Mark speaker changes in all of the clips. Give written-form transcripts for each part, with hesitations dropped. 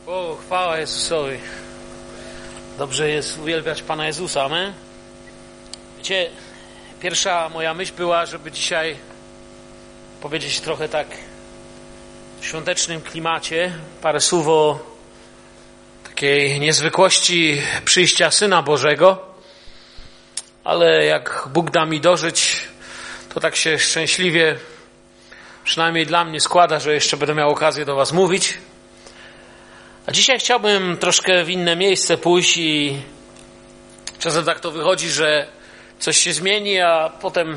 Speaker 1: O, chwała Jezusowi. Dobrze jest uwielbiać Pana Jezusa, amen? Wiecie, pierwsza moja myśl była, żeby dzisiaj powiedzieć trochę tak w świątecznym klimacie, parę słów o takiej niezwykłości przyjścia Syna Bożego, ale jak Bóg da mi dożyć, to tak się szczęśliwie, przynajmniej dla mnie składa, że jeszcze będę miał okazję do was mówić. A dzisiaj chciałbym troszkę w inne miejsce pójść i czasem tak to wychodzi, że coś się zmieni, a potem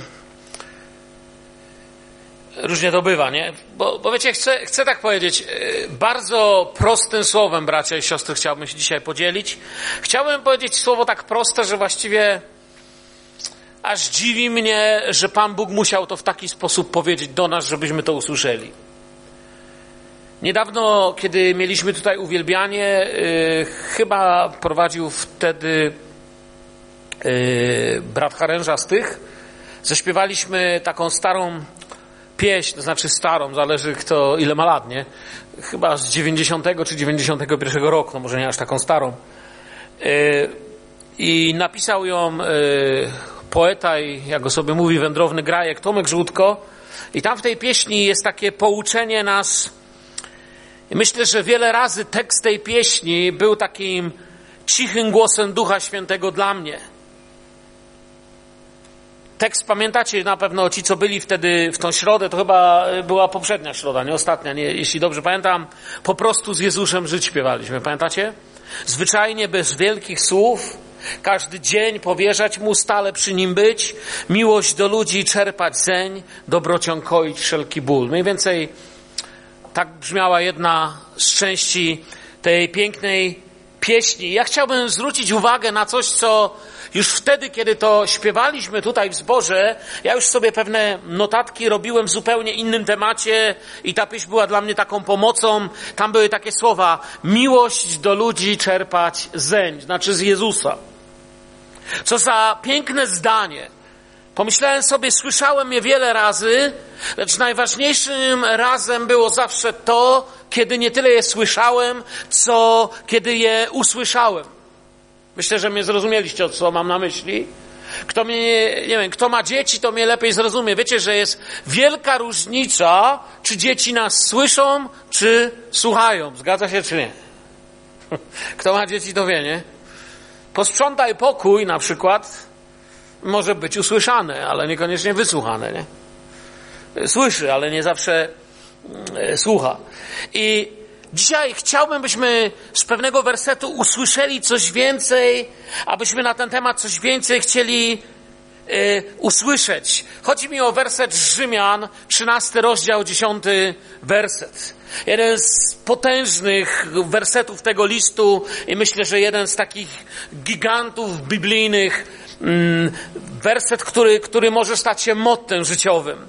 Speaker 1: różnie to bywa, nie? Bo wiecie, chcę tak powiedzieć, bardzo prostym słowem, bracia i siostry, chciałbym się dzisiaj podzielić. Chciałbym powiedzieć słowo tak proste, że właściwie aż dziwi mnie, że Pan Bóg musiał to w taki sposób powiedzieć do nas, żebyśmy to usłyszeli. Niedawno, kiedy mieliśmy tutaj uwielbianie, chyba prowadził wtedy brat Harężastych, zaśpiewaliśmy taką starą pieśń, to znaczy starą, zależy kto ile ma lat, nie? Chyba z 90 czy 91 roku, no może nie aż taką starą. I napisał ją poeta i, jak go sobie mówi, wędrowny grajek Tomek Żółtko. I tam w tej pieśni jest takie pouczenie nas. I myślę, że wiele razy tekst tej pieśni był takim cichym głosem Ducha Świętego dla mnie. Tekst pamiętacie na pewno ci, co byli wtedy w tą środę, to chyba była poprzednia środa, nie ostatnia, nie, jeśli dobrze pamiętam. Po prostu z Jezusem żyć śpiewaliśmy, pamiętacie? Zwyczajnie, bez wielkich słów, każdy dzień powierzać Mu, stale przy Nim być, miłość do ludzi czerpać zeń, dobrocią koić wszelki ból. Mniej więcej tak brzmiała jedna z części tej pięknej pieśni. Ja chciałbym zwrócić uwagę na coś, co już wtedy, kiedy to śpiewaliśmy tutaj w zborze, ja już sobie pewne notatki robiłem w zupełnie innym temacie i ta pieśń była dla mnie taką pomocą. Tam były takie słowa: miłość do ludzi czerpać zeń, znaczy z Jezusa. Co za piękne zdanie. Pomyślałem sobie, słyszałem je wiele razy, lecz najważniejszym razem było zawsze to, kiedy nie tyle je słyszałem, co kiedy je usłyszałem. Myślę, że mnie zrozumieliście, co mam na myśli. Kto mnie, nie wiem, kto ma dzieci, to mnie lepiej zrozumie. Wiecie, że jest wielka różnica, czy dzieci nas słyszą, czy słuchają. Zgadza się, czy nie? Kto ma dzieci, to wie, nie? Posprzątaj pokój na przykład może być usłyszane, ale niekoniecznie wysłuchane, nie? Słyszy, ale nie zawsze słucha. I dzisiaj chciałbym, byśmy z pewnego wersetu usłyszeli coś więcej, abyśmy na ten temat coś więcej chcieli usłyszeć. Chodzi mi o werset z Rzymian, 13 rozdział, 10 werset. Jeden z potężnych wersetów tego listu i myślę, że jeden z takich gigantów biblijnych. Werset, który może stać się mottem życiowym.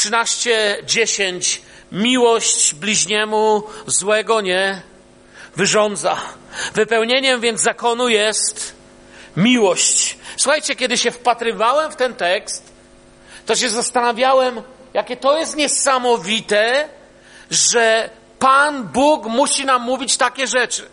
Speaker 1: 13:10. Miłość bliźniemu złego nie wyrządza. Wypełnieniem więc zakonu jest miłość. Słuchajcie, kiedy się wpatrywałem w ten tekst, to się zastanawiałem, jakie to jest niesamowite, że Pan Bóg musi nam mówić takie rzeczy.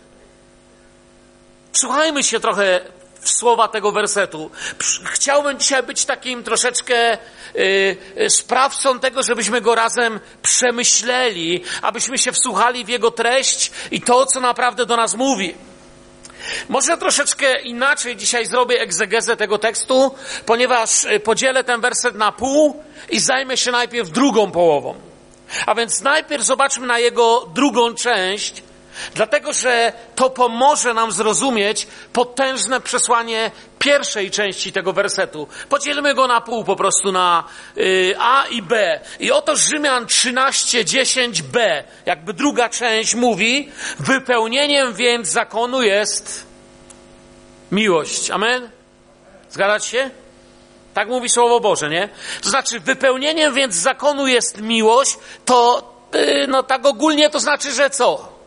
Speaker 1: Słuchajmy się trochę w słowa tego wersetu. Chciałbym dzisiaj być takim troszeczkę sprawcą tego, żebyśmy go razem przemyśleli, abyśmy się wsłuchali w jego treść i to, co naprawdę do nas mówi. Może troszeczkę inaczej dzisiaj zrobię egzegezę tego tekstu, ponieważ podzielę ten werset na pół i zajmę się najpierw drugą połową. A więc najpierw zobaczmy na jego drugą część, dlatego, że to pomoże nam zrozumieć potężne przesłanie pierwszej części tego wersetu. Podzielmy go na pół, po prostu na A i B. I oto Rzymian 13:10b, jakby druga część mówi: wypełnieniem więc zakonu jest miłość. Amen? Zgadzacie się? Tak mówi Słowo Boże, nie? To znaczy, wypełnieniem więc zakonu jest miłość, to no tak ogólnie to znaczy, że co?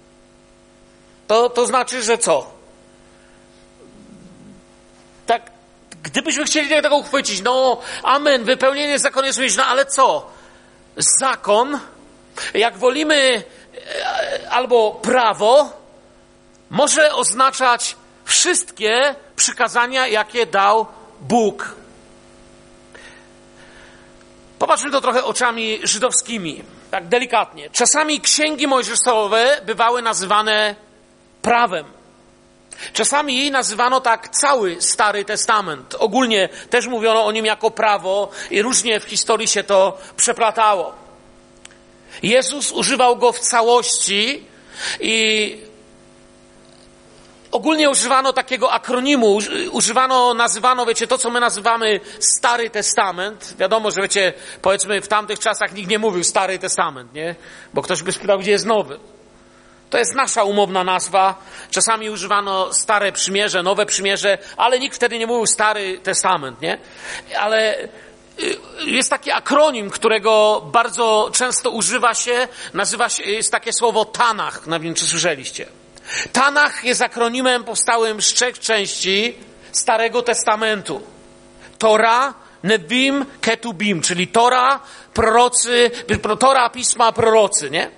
Speaker 1: To znaczy, że co? Tak, gdybyśmy chcieli tego uchwycić, no amen, wypełnienie zakonu jest miłość, no ale co? Zakon, jak wolimy, albo prawo, może oznaczać wszystkie przykazania, jakie dał Bóg. Popatrzmy to trochę oczami żydowskimi, tak delikatnie. Czasami księgi mojżeszowe bywały nazywane prawem. Czasami nazywano tak cały Stary Testament. Ogólnie też mówiono o nim jako prawo i różnie w historii się to przeplatało. Jezus używał go w całości i ogólnie używano takiego akronimu, nazywano, wiecie, to co my nazywamy Stary Testament. Wiadomo, że wiecie, powiedzmy w tamtych czasach nikt nie mówił Stary Testament, nie? Bo ktoś by spytał, gdzie jest Nowy. To jest nasza umowna nazwa. Czasami używano Stare Przymierze, Nowe Przymierze, ale nikt wtedy nie mówił Stary Testament, nie? Ale jest taki akronim, którego bardzo często używa się, jest takie słowo Tanach, nie wiem, czy słyszeliście. Tanach jest akronimem powstałym z 3 części Starego Testamentu. Tora, Nebim, Ketubim, czyli Tora, prorocy, Tora, pisma, prorocy, nie?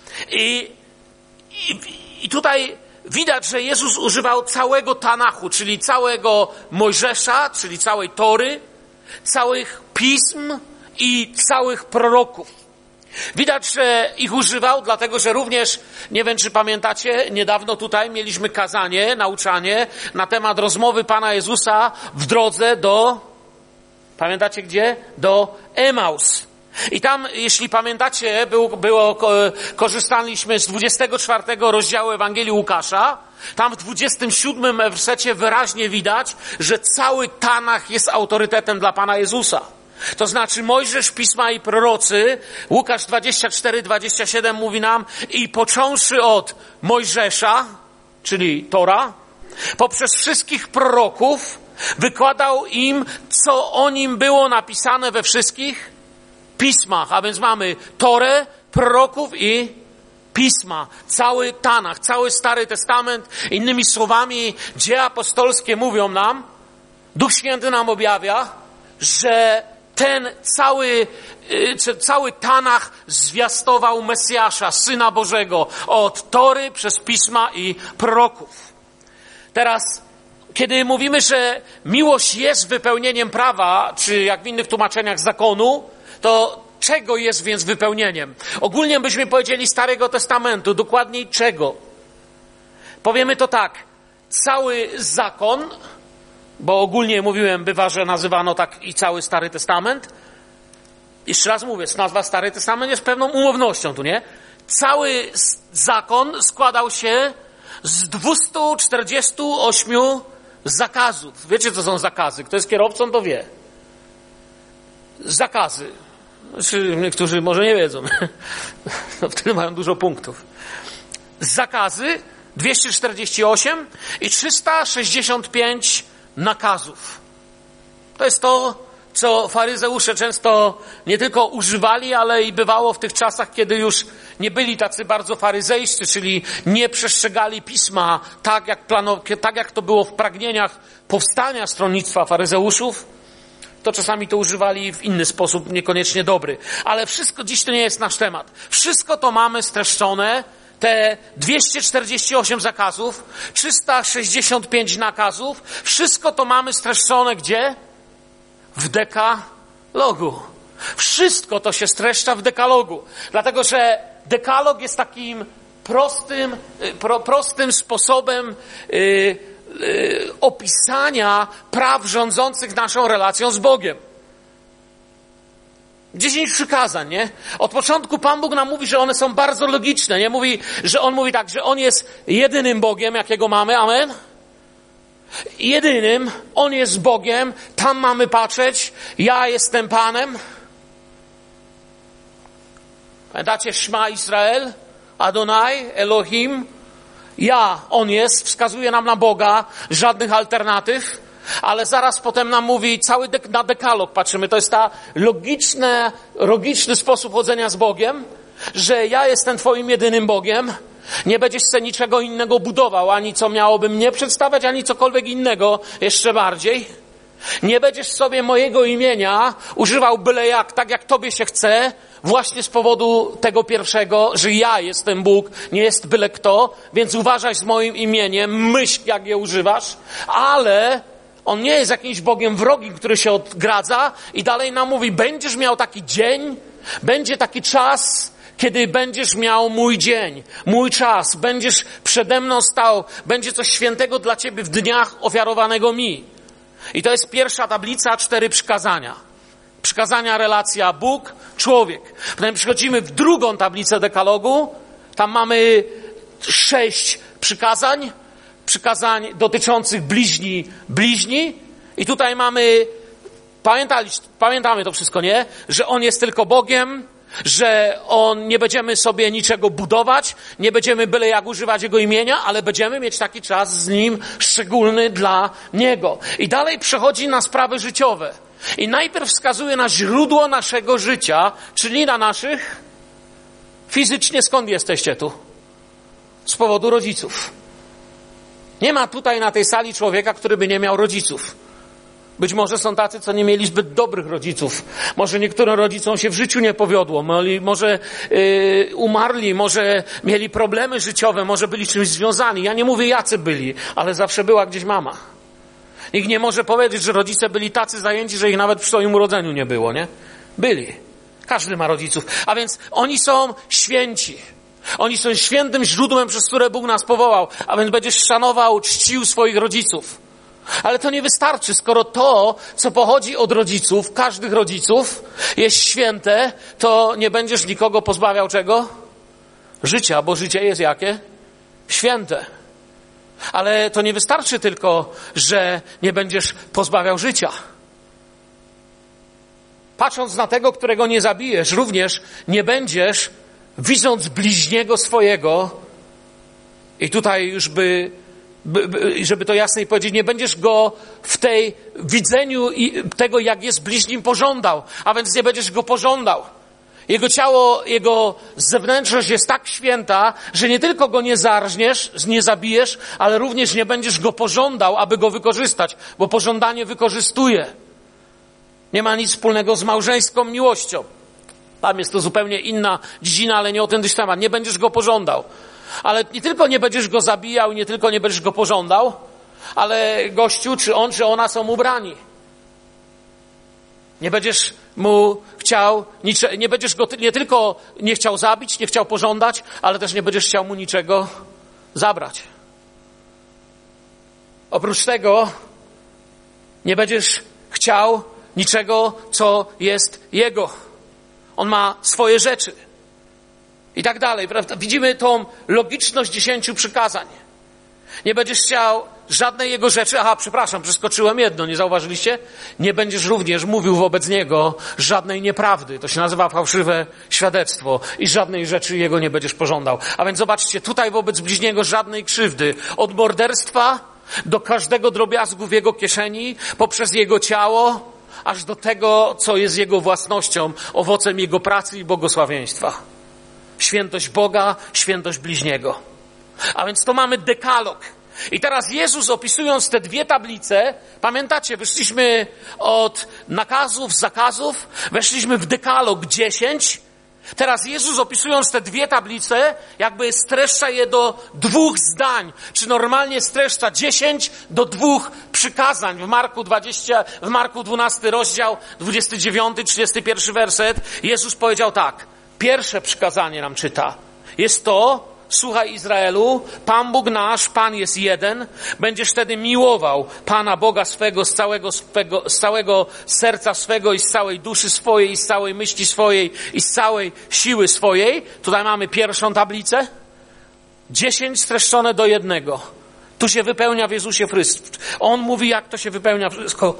Speaker 1: I tutaj widać, że Jezus używał całego Tanachu, czyli całego Mojżesza, czyli całej Tory, całych pism i całych proroków. Widać, że ich używał, dlatego że również, nie wiem czy pamiętacie, niedawno tutaj mieliśmy kazanie, nauczanie na temat rozmowy Pana Jezusa w drodze pamiętacie gdzie? Do Emaus. I tam, jeśli pamiętacie, korzystaliśmy z 24 rozdziału Ewangelii Łukasza. Tam w 27 wersecie wyraźnie widać, że cały Tanach jest autorytetem dla Pana Jezusa. To znaczy Mojżesz, Pisma i prorocy, Łukasz 24-27 mówi nam, i począwszy od Mojżesza, czyli Tora, poprzez wszystkich proroków, wykładał im, co o nim było napisane we wszystkich pismach. A więc mamy Torę, proroków i pisma. Cały Tanach, cały Stary Testament. Innymi słowami, dzieje apostolskie mówią nam, Duch Święty nam objawia, że ten cały Tanach zwiastował Mesjasza, Syna Bożego, od Tory przez pisma i proroków. Teraz, kiedy mówimy, że miłość jest wypełnieniem prawa, czy jak w innych tłumaczeniach zakonu, to czego jest więc wypełnieniem? Ogólnie byśmy powiedzieli Starego Testamentu, dokładniej czego? Powiemy to tak, cały zakon, bo ogólnie mówiłem, bywa, że nazywano tak i cały Stary Testament. Jeszcze raz mówię, nazwa Stary Testament jest pewną umownością tu, nie? Cały zakon składał się z 248 zakazów. Wiecie, co są zakazy? Kto jest kierowcą, to wie. Zakazy. Znaczy, niektórzy może nie wiedzą. No, wtedy mają dużo punktów. Zakazy 248 i 365 nakazów. To jest to, co faryzeusze często nie tylko używali, ale i bywało w tych czasach, kiedy już nie byli tacy bardzo faryzejscy, czyli nie przestrzegali pisma tak jak to było w pragnieniach powstania stronnictwa faryzeuszów. To czasami to używali w inny sposób, niekoniecznie dobry. Ale wszystko, dziś to nie jest nasz temat. Wszystko to mamy streszczone, te 248 zakazów, 365 nakazów, wszystko to mamy streszczone gdzie? W dekalogu. Wszystko to się streszcza w dekalogu. Dlatego, że dekalog jest takim prostym sposobem opisania praw rządzących naszą relacją z Bogiem. 10 przykazań, nie? Od początku Pan Bóg nam mówi, że one są bardzo logiczne, nie? On mówi tak, że On jest jedynym Bogiem, jakiego mamy, amen? Jedynym, On jest Bogiem, tam mamy patrzeć, ja jestem Panem. Pamiętacie Szma Izrael? Adonai, Elohim. On jest, wskazuje nam na Boga, żadnych alternatyw, ale zaraz potem nam mówi, na dekalog patrzymy, to jest ta logiczny sposób chodzenia z Bogiem, że ja jestem Twoim jedynym Bogiem, nie będziesz sobie niczego innego budował, ani co miałoby mnie przedstawiać, ani cokolwiek innego, jeszcze bardziej. Nie będziesz sobie mojego imienia używał byle jak, tak jak Tobie się chce, właśnie z powodu tego pierwszego, że ja jestem Bóg, nie jest byle kto, więc uważaj z moim imieniem, myśl jak je używasz, ale On nie jest jakimś Bogiem wrogim, który się odgradza i dalej nam mówi, będziesz miał taki dzień, będzie taki czas, kiedy będziesz miał mój dzień, mój czas, będziesz przede mną stał, będzie coś świętego dla ciebie w dniach ofiarowanego mi. I to jest pierwsza tablica, 4 przykazania. Przykazania, relacja Bóg, człowiek. Potem przechodzimy w drugą tablicę dekalogu. Tam mamy 6 przykazań dotyczących bliźni. I tutaj mamy, pamiętamy to wszystko, nie? Że On jest tylko Bogiem, że nie będziemy sobie niczego budować, nie będziemy byle jak używać Jego imienia, ale będziemy mieć taki czas z Nim szczególny dla Niego. I dalej przechodzi na sprawy życiowe. I najpierw wskazuje na źródło naszego życia, czyli na naszych fizycznie. Skąd jesteście tu? Z powodu rodziców. Nie ma tutaj na tej sali człowieka, który by nie miał rodziców. Być może są tacy, co nie mieli zbyt dobrych rodziców. Może niektórym rodzicom się w życiu nie powiodło. Może umarli, może mieli problemy życiowe, może byli czymś związani. Ja nie mówię, jacy byli, ale zawsze była gdzieś mama. Nikt nie może powiedzieć, że rodzice byli tacy zajęci, że ich nawet przy swoim urodzeniu nie było, nie? Byli. Każdy ma rodziców. A więc oni są święci. Oni są świętym źródłem, przez które Bóg nas powołał. A więc będziesz szanował, czcił swoich rodziców. Ale to nie wystarczy, skoro to, co pochodzi od rodziców, każdych rodziców, jest święte, to nie będziesz nikogo pozbawiał czego? Życia, bo życie jest jakie? Święte. Ale to nie wystarczy tylko, że nie będziesz pozbawiał życia. Patrząc na tego, którego nie zabijesz, również nie będziesz, widząc bliźniego swojego, i tutaj już żeby to jasniej powiedzieć, nie będziesz go w tej widzeniu tego, jak jest bliźnim, pożądał, a więc nie będziesz go pożądał. Jego ciało, jego zewnętrzność jest tak święta, że nie tylko go nie zarżniesz, nie zabijesz, ale również nie będziesz go pożądał, aby go wykorzystać, bo pożądanie wykorzystuje. Nie ma nic wspólnego z małżeńską miłością. Tam jest to zupełnie inna dziedzina, ale nie o ten temat. Nie będziesz go pożądał. Ale nie tylko nie będziesz go zabijał, nie tylko nie będziesz go pożądał, ale gościu, czy on, czy ona są ubrani. Nie będziesz mu chciał, nie będziesz go nie tylko nie chciał zabić, nie chciał pożądać, ale też nie będziesz chciał mu niczego zabrać. Oprócz tego nie będziesz chciał niczego, co jest jego. On ma swoje rzeczy. I tak dalej, prawda? Widzimy tą logiczność 10 przykazań. Nie będziesz chciał żadnej jego rzeczy. Aha, przepraszam, przeskoczyłem jedno, nie zauważyliście? Nie będziesz również mówił wobec niego żadnej nieprawdy. To się nazywa fałszywe świadectwo. I żadnej rzeczy jego nie będziesz pożądał. A więc zobaczcie, tutaj wobec bliźniego żadnej krzywdy. Od morderstwa do każdego drobiazgu w jego kieszeni, poprzez jego ciało, aż do tego, co jest jego własnością, owocem jego pracy i błogosławieństwa. Świętość Boga, świętość bliźniego. A więc to mamy dekalog. I teraz Jezus, opisując te 2 tablice, pamiętacie, wyszliśmy od nakazów, zakazów, weszliśmy w dekalog 10. Teraz Jezus, opisując te 2 tablice, jakby streszcza je do 2 zdań. Czy normalnie streszcza 10 do 2 przykazań. W Marku 12 rozdział, 29, 31 werset. Jezus powiedział tak. Pierwsze przykazanie nam czyta. Jest to, słuchaj Izraelu, Pan Bóg nasz, Pan jest jeden. Będziesz wtedy miłował Pana Boga swego z całego serca swego i z całej duszy swojej, i z całej myśli swojej, i z całej siły swojej. Tutaj mamy pierwszą tablicę. 10 streszczone do 1. Tu się wypełnia w Jezusie Chrystusie. On mówi, jak to się wypełnia wszystko.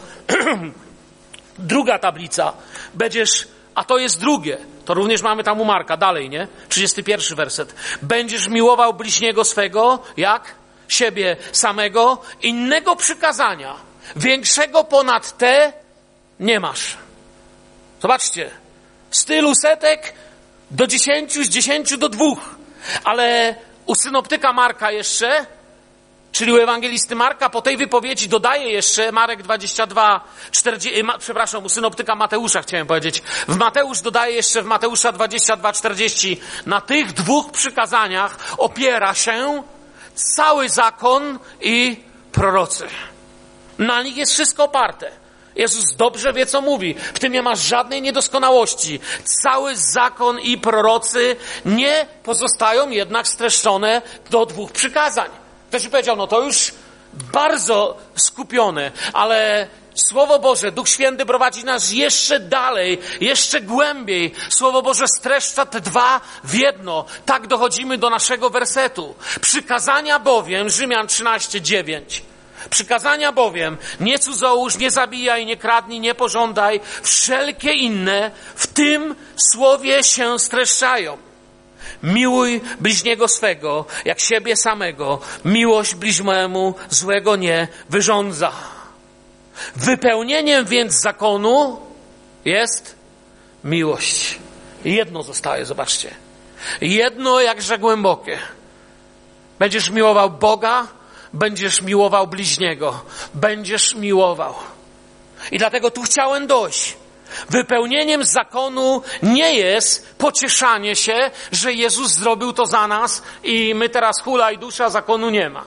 Speaker 1: Druga tablica. A to jest drugie. To również mamy tam u Marka, dalej, nie? 31 werset. Będziesz miłował bliźniego swego, jak? Siebie samego. Innego przykazania, większego ponad te, nie masz. Zobaczcie. Z tylu setek do 10, z 10 do 2. Ale u synoptyka Marka jeszcze Czyli u ewangelisty Marka po tej wypowiedzi dodaje jeszcze Marek 22, 40, u synoptyka Mateusza chciałem powiedzieć. Mateusz dodaje jeszcze w Mateusza 22, 40. Na tych dwóch przykazaniach opiera się cały zakon i prorocy. Na nich jest wszystko oparte. Jezus dobrze wie, co mówi. W tym nie ma żadnej niedoskonałości. Cały zakon i prorocy nie pozostają jednak streszczone do dwóch przykazań. Ktoś powiedział, no to już bardzo skupione, ale Słowo Boże, Duch Święty prowadzi nas jeszcze dalej, jeszcze głębiej. Słowo Boże streszcza te dwa w jedno. Tak dochodzimy do naszego wersetu. Przykazania bowiem, Rzymian 13:9. Przykazania bowiem, nie cudzołóż, nie zabijaj, nie kradnij, nie pożądaj, wszelkie inne w tym słowie się streszczają. Miłuj bliźniego swego, jak siebie samego. Miłość bliźniemu złego nie wyrządza. Wypełnieniem więc zakonu jest miłość. Jedno zostaje, zobaczcie. Jedno jakże głębokie. Będziesz miłował Boga, będziesz miłował bliźniego. Będziesz miłował. I dlatego tu chciałem dojść. Wypełnieniem zakonu nie jest pocieszanie się, że Jezus zrobił to za nas i my teraz hula i dusza, zakonu nie ma.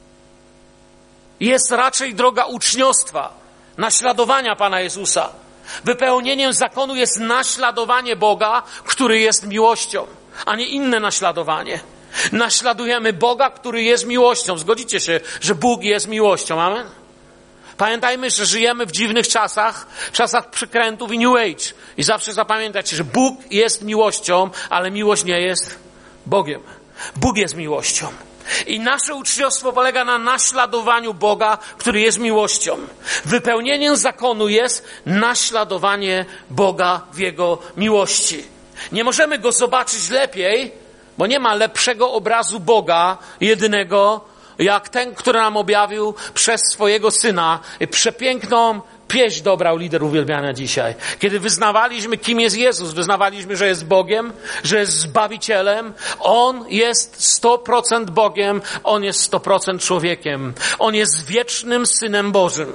Speaker 1: Jest raczej droga uczniostwa, naśladowania Pana Jezusa. Wypełnieniem zakonu jest naśladowanie Boga, który jest miłością, a nie inne naśladowanie. Naśladujemy Boga, który jest miłością. Zgodzicie się, że Bóg jest miłością. Amen? Pamiętajmy, że żyjemy w dziwnych czasach, czasach przykrętów i New Age. I zawsze zapamiętajcie, że Bóg jest miłością, ale miłość nie jest Bogiem. Bóg jest miłością. I nasze uczniostwo polega na naśladowaniu Boga, który jest miłością. Wypełnieniem zakonu jest naśladowanie Boga w Jego miłości. Nie możemy Go zobaczyć lepiej, bo nie ma lepszego obrazu Boga jedynego, jak ten, który nam objawił przez swojego Syna. Przepiękną pieśń dobrał lider uwielbiania dzisiaj. Kiedy wyznawaliśmy, kim jest Jezus, wyznawaliśmy, że jest Bogiem, że jest Zbawicielem. On jest 100% Bogiem, On jest 100% człowiekiem. On jest wiecznym Synem Bożym.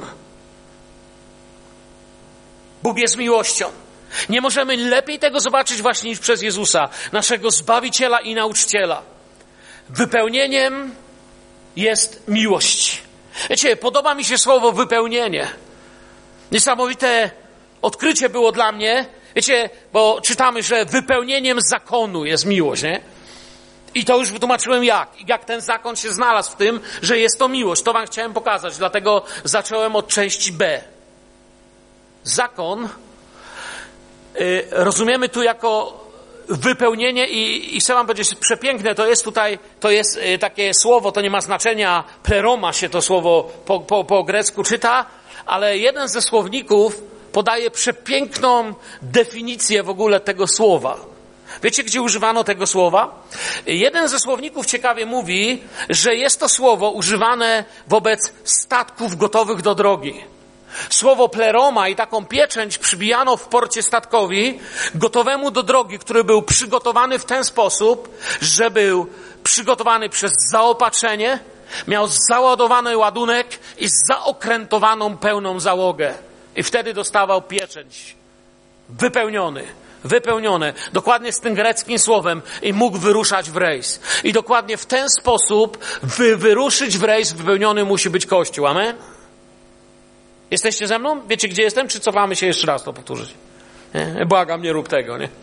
Speaker 1: Bóg jest miłością. Nie możemy lepiej tego zobaczyć właśnie niż przez Jezusa, naszego Zbawiciela i Nauczyciela. Wypełnieniem jest miłość. Wiecie, podoba mi się słowo wypełnienie. Niesamowite odkrycie było dla mnie. Wiecie, bo czytamy, że wypełnieniem zakonu jest miłość, nie? I to już wytłumaczyłem jak ten zakon się znalazł w tym, że jest to miłość. To wam chciałem pokazać, dlatego zacząłem od części B. Zakon rozumiemy tu jako wypełnienie i chcę wam powiedzieć, przepiękne to jest takie słowo, to nie ma znaczenia, pleroma się to słowo po grecku czyta, ale jeden ze słowników podaje przepiękną definicję w ogóle tego słowa. Wiecie, gdzie używano tego słowa? Jeden ze słowników ciekawie mówi, że jest to słowo używane wobec statków gotowych do drogi. Słowo pleroma i taką pieczęć przybijano w porcie statkowi gotowemu do drogi, który był przygotowany w ten sposób, że był przygotowany przez zaopatrzenie, miał załadowany ładunek i zaokrętowaną pełną załogę. I wtedy dostawał pieczęć. Wypełnione. Dokładnie z tym greckim słowem i mógł wyruszać w rejs. I dokładnie w ten sposób wyruszyć w rejs wypełniony musi być Kościół. Amen? Jesteście ze mną? Wiecie, gdzie jestem? Czy cofamy się jeszcze raz to powtórzyć? Nie? Błagam, nie rób tego, nie?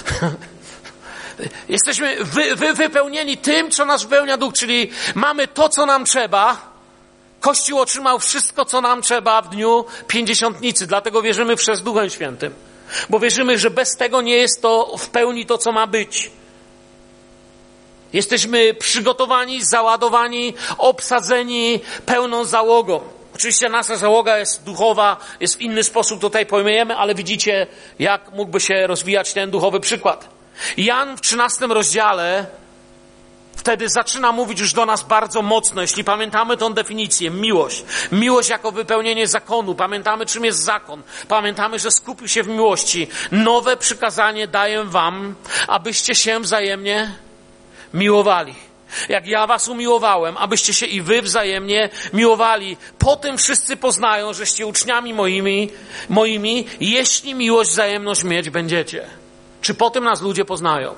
Speaker 1: Jesteśmy wypełnieni tym, co nas wypełnia Duch, czyli mamy to, co nam trzeba. Kościół otrzymał wszystko, co nam trzeba w dniu Pięćdziesiątnicy. Dlatego wierzymy przez Duchem Świętym. Bo wierzymy, że bez tego nie jest to w pełni to, co ma być. Jesteśmy przygotowani, załadowani, obsadzeni pełną załogą. Oczywiście nasza załoga jest duchowa, jest w inny sposób tutaj pojmujemy, ale widzicie, jak mógłby się rozwijać ten duchowy przykład. Jan w 13 rozdziale wtedy zaczyna mówić już do nas bardzo mocno, jeśli pamiętamy tą definicję, miłość. Miłość jako wypełnienie zakonu. Pamiętamy, czym jest zakon. Pamiętamy, że skupił się w miłości. Nowe przykazanie daję wam, abyście się wzajemnie miłowali. jak ja was umiłowałem, abyście się i wy wzajemnie miłowali. Po tym wszyscy poznają, żeście uczniami moimi, jeśli miłość wzajemność mieć będziecie. Czy po tym nas ludzie poznają?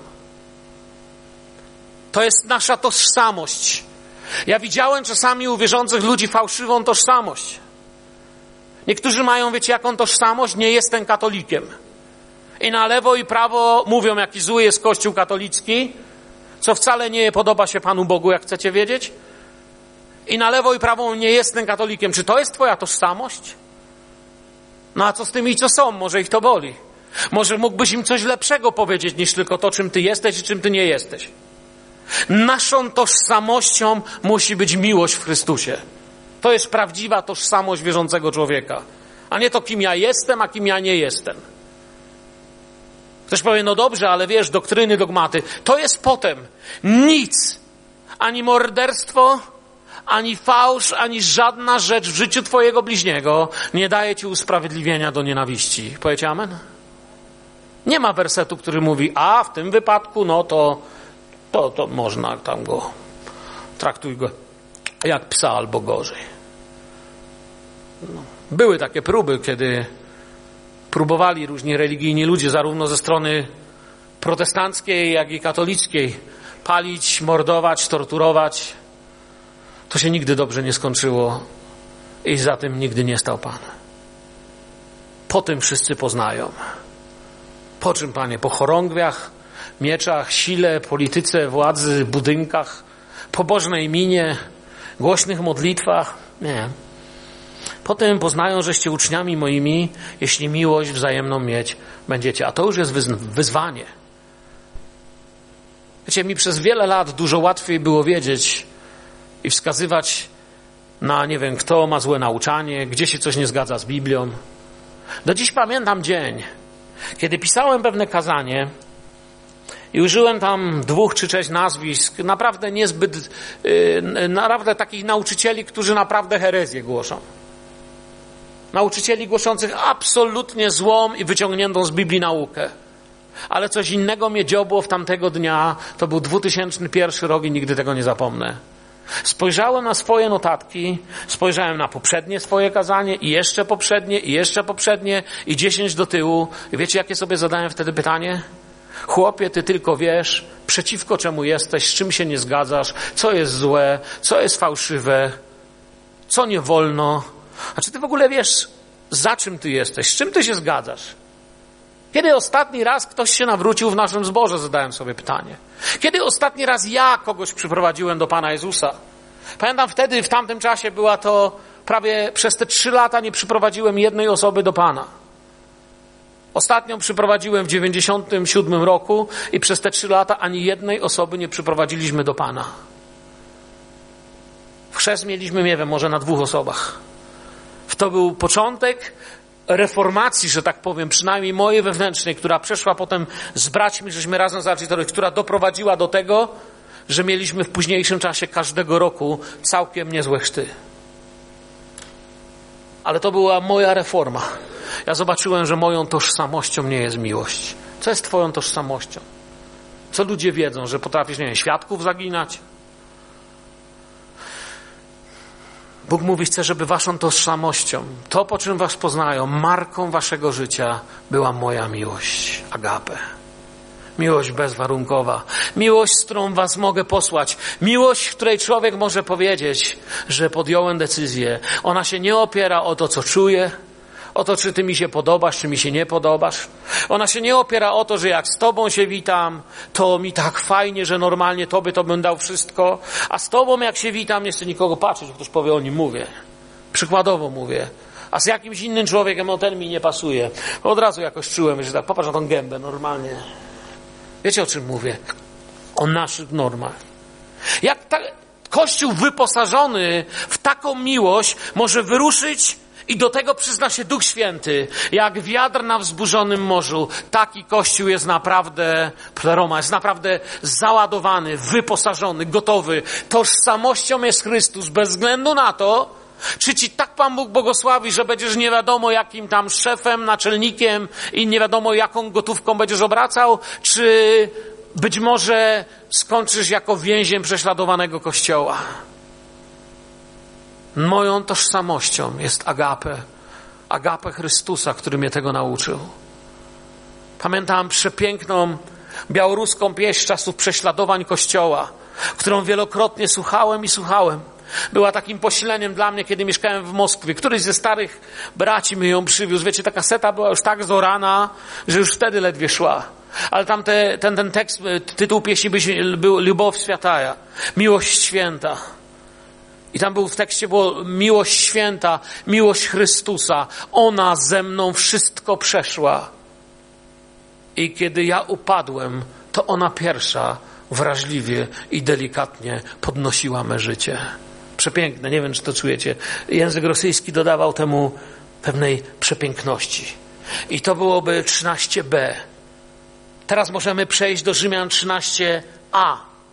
Speaker 1: To jest nasza tożsamość. Ja widziałem czasami u wierzących ludzi fałszywą tożsamość. Niektórzy mają, wiecie, jaką tożsamość? Nie jestem katolikiem. I na lewo i prawo mówią, jaki zły jest Kościół katolicki, co wcale nie podoba się Panu Bogu, jak chcecie wiedzieć. I na lewo i prawo nie jestem katolikiem. Czy to jest twoja tożsamość? No a co z tymi, co są? Może ich to boli. Może mógłbyś im coś lepszego powiedzieć, niż tylko to, czym ty jesteś i czym ty nie jesteś. Naszą tożsamością musi być miłość w Chrystusie. To jest prawdziwa tożsamość wierzącego człowieka. A nie to, kim ja jestem, a kim ja nie jestem. Ktoś powie, no dobrze, ale wiesz, doktryny, dogmaty. To jest potem. Nic. Ani morderstwo, ani fałsz, ani żadna rzecz w życiu twojego bliźniego nie daje ci usprawiedliwienia do nienawiści. Powiecie amen? Nie ma wersetu, który mówi, a w tym wypadku, no to można tam go, traktuj go jak psa albo gorzej. No. Były takie próby, kiedy próbowali różni religijni ludzie, zarówno ze strony protestanckiej, jak i katolickiej, palić, mordować, torturować. To się nigdy dobrze nie skończyło i za tym nigdy nie stał Pan. Po tym wszyscy poznają. Po czym, Panie? Po chorągwiach, mieczach, sile, polityce, władzy, budynkach, pobożnej minie, głośnych modlitwach? Nie. Potem poznają, żeście uczniami moimi, jeśli miłość wzajemną mieć będziecie. A to już jest wyzwanie. Wiecie, mi przez wiele lat dużo łatwiej było wiedzieć i wskazywać na, nie wiem, kto ma złe nauczanie, gdzie się coś nie zgadza z Biblią. Do dziś pamiętam dzień, kiedy pisałem pewne kazanie i użyłem tam 2 czy 3 nazwisk, naprawdę niezbyt, naprawdę takich nauczycieli, którzy naprawdę herezję głoszą. Nauczycieli głoszących absolutnie złą i wyciągniętą z Biblii naukę. Ale coś innego mnie dziobło w tamtego dnia. To był 2001 rok i nigdy tego nie zapomnę. Spojrzałem na swoje notatki, spojrzałem na poprzednie swoje kazanie i jeszcze poprzednie i 10 do tyłu. I wiecie, jakie sobie zadałem wtedy pytanie? Chłopie, ty tylko wiesz, przeciwko czemu jesteś, z czym się nie zgadzasz, co jest złe, co jest fałszywe, co nie wolno. A czy ty w ogóle wiesz, za czym ty jesteś, z czym ty się zgadzasz? Kiedy ostatni raz ktoś się nawrócił w naszym zborze, zadałem sobie pytanie. Kiedy ostatni raz ja kogoś przyprowadziłem do Pana Jezusa? Pamiętam wtedy, w tamtym czasie była to prawie przez te 3 lata nie przyprowadziłem jednej osoby do Pana. Ostatnią przyprowadziłem w 97 roku i przez te 3 lata ani jednej osoby nie przyprowadziliśmy do Pana. Chrzest mieliśmy, nie wiem, może na 2 osobach. To był początek reformacji, że tak powiem, przynajmniej mojej wewnętrznej, która przeszła potem z braćmi, żeśmy razem zaczęli, która doprowadziła do tego, że mieliśmy w późniejszym czasie każdego roku całkiem niezłe chrzty. Ale to była moja reforma. Ja zobaczyłem, że moją tożsamością nie jest miłość. Co jest twoją tożsamością? Co ludzie wiedzą, że potrafisz, nie wiem, świadków zaginać? Bóg mówi, chce, żeby waszą tożsamością, to po czym was poznają, marką waszego życia była moja miłość, agape. Miłość bezwarunkowa. Miłość, z którą was mogę posłać. Miłość, w której człowiek może powiedzieć, że podjąłem decyzję. Ona się nie opiera o to, co czuję, o to, czy ty mi się podobasz, czy mi się nie podobasz. Ona się nie opiera o to, że jak z tobą się witam, to mi tak fajnie, że normalnie tobie to bym dał wszystko, a z tobą jak się witam, nie chcę nikogo patrzeć, ktoś powie, o nim mówię. Przykładowo mówię. A z jakimś innym człowiekiem, o ten mi nie pasuje. Od razu jakoś czułem, że tak, popatrz na tą gębę, normalnie. Wiecie, o czym mówię? O naszych normach. Jak Kościół wyposażony w taką miłość może wyruszyć i do tego przyzna się Duch Święty. Jak wiatr na wzburzonym morzu, taki Kościół jest naprawdę pleroma, jest naprawdę załadowany, wyposażony, gotowy. Tożsamością jest Chrystus, bez względu na to, czy ci tak Pan Bóg błogosławi, że będziesz nie wiadomo jakim tam szefem, naczelnikiem i nie wiadomo jaką gotówką będziesz obracał, czy być może skończysz jako więzień prześladowanego Kościoła. Moją tożsamością jest agape Chrystusa, który mnie tego nauczył. Pamiętam przepiękną białoruską pieśń czasów prześladowań Kościoła, którą wielokrotnie słuchałem. Była takim posileniem dla mnie, kiedy mieszkałem w Moskwie. Któryś ze starych braci mi ją przywiózł. Wiecie, ta kaseta była już tak zorana, że już wtedy ledwie szła. Ale tam ten tekst, tytuł pieśni był Lubow Święta, miłość święta. I tam w tekście było miłość święta, miłość Chrystusa. Ona ze mną wszystko przeszła. I kiedy ja upadłem, to ona pierwsza wrażliwie i delikatnie podnosiła me życie. Przepiękne, nie wiem, czy to czujecie. Język rosyjski dodawał temu pewnej przepiękności. I to byłoby 13b. Teraz możemy przejść do Rzymian 13a.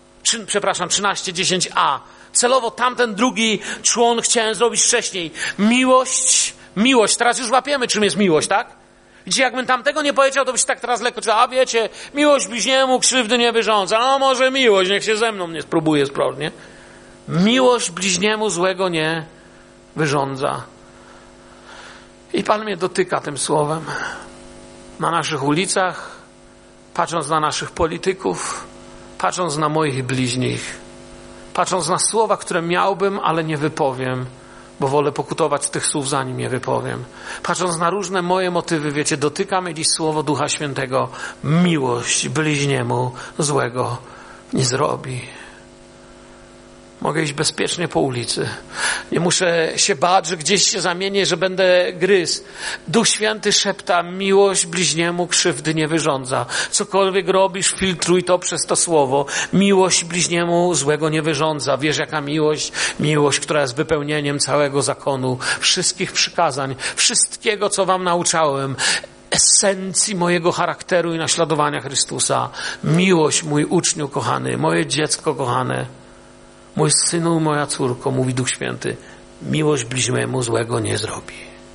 Speaker 1: 13:10a. Celowo tamten drugi człon chciałem zrobić wcześniej. Miłość. Teraz już łapiemy, czym jest miłość, tak? Gdzie jakbym tamtego nie powiedział, to byś tak teraz lekko czytał. A wiecie, miłość bliźniemu krzywdy nie wyrządza. No może miłość, niech się ze mną nie spróbuje sprawnie. Miłość bliźniemu złego nie wyrządza. I Pan mnie dotyka tym słowem. Na naszych ulicach, patrząc na naszych polityków, patrząc na moich bliźnich, patrząc na słowa, które miałbym, ale nie wypowiem, bo wolę pokutować z tych słów, zanim je wypowiem. Patrząc na różne moje motywy, wiecie, dotyka mnie dziś słowo Ducha Świętego. Miłość bliźniemu złego nie zrobi. Mogę iść bezpiecznie po ulicy. Nie muszę się bać, że gdzieś się zamienię, że będę gryzł. Duch Święty szepta, miłość bliźniemu krzywdy nie wyrządza. Cokolwiek robisz, filtruj to przez to słowo. Miłość bliźniemu złego nie wyrządza. Wiesz, jaka miłość? Miłość, która jest wypełnieniem całego zakonu, wszystkich przykazań, wszystkiego, co wam nauczałem. Esencji mojego charakteru i naśladowania Chrystusa. Miłość, mój uczniu kochany, moje dziecko kochane. Mój synu, moja córko, mówi Duch Święty, miłość bliźniemu złego nie zrobi.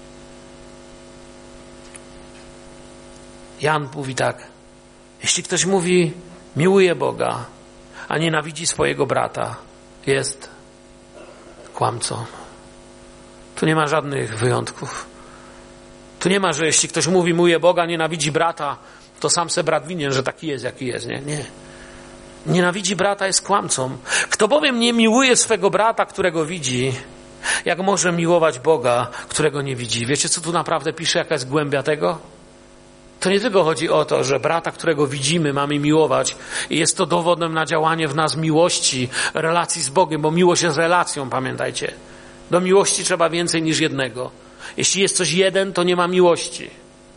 Speaker 1: Jan mówi tak, jeśli ktoś mówi, miłuje Boga, a nienawidzi swojego brata, jest kłamcą. Tu nie ma żadnych wyjątków. Tu nie ma, że jeśli ktoś mówi, miłuje Boga, nienawidzi brata, to sam se brat winien, że taki jest, jaki jest. Nie. Nienawidzi brata, jest kłamcą. Kto bowiem nie miłuje swego brata, którego widzi, jak może miłować Boga, którego nie widzi? Wiecie, co tu naprawdę pisze, jaka jest głębia tego? To nie tylko chodzi o to, że brata, którego widzimy, mamy miłować i jest to dowodem na działanie w nas miłości, relacji z Bogiem, bo miłość jest relacją, pamiętajcie. Do miłości trzeba więcej niż jednego. Jeśli jest coś jeden, to nie ma miłości.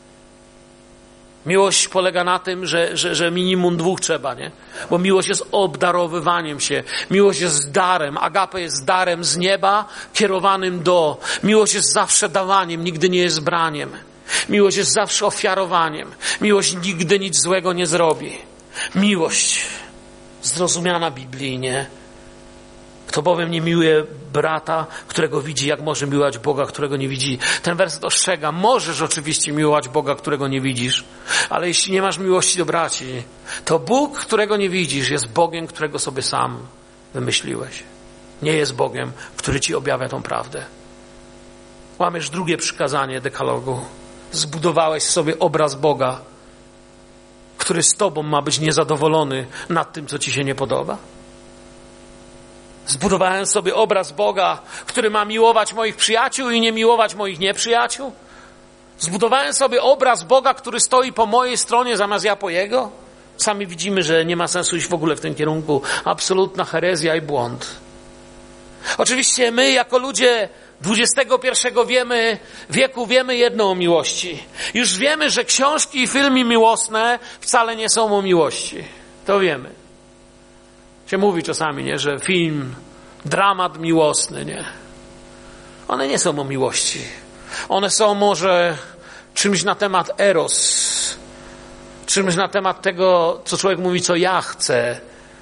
Speaker 1: Miłość polega na tym, że minimum 2 trzeba, nie? Bo miłość jest obdarowywaniem się. Miłość jest darem. Agape jest darem z nieba kierowanym do. Miłość jest zawsze dawaniem, nigdy nie jest braniem. Miłość jest zawsze ofiarowaniem. Miłość nigdy nic złego nie zrobi. Miłość zrozumiana biblijnie. Kto bowiem nie miłuje brata, którego widzi, jak może miłować Boga, którego nie widzi. Ten werset ostrzega, możesz oczywiście miłować Boga, którego nie widzisz, ale jeśli nie masz miłości do braci, to Bóg, którego nie widzisz, jest Bogiem, którego sobie sam wymyśliłeś. Nie jest Bogiem, który ci objawia tą prawdę. Łamiesz drugie przykazanie dekalogu. Zbudowałeś sobie obraz Boga, który z tobą ma być niezadowolony nad tym, co ci się nie podoba. Zbudowałem sobie obraz Boga, który ma miłować moich przyjaciół i nie miłować moich nieprzyjaciół. Zbudowałem sobie obraz Boga, który stoi po mojej stronie zamiast ja po Jego. Sami widzimy, że nie ma sensu iść w ogóle w tym kierunku. Absolutna herezja i błąd. Oczywiście my jako ludzie XXI wieku wiemy jedno o miłości. Już wiemy, że książki i filmy miłosne wcale nie są o miłości. To wiemy. Się mówi czasami, nie, że film, dramat miłosny, nie. One nie są o miłości. One są może czymś na temat eros, czymś na temat tego, co człowiek mówi, co ja chcę,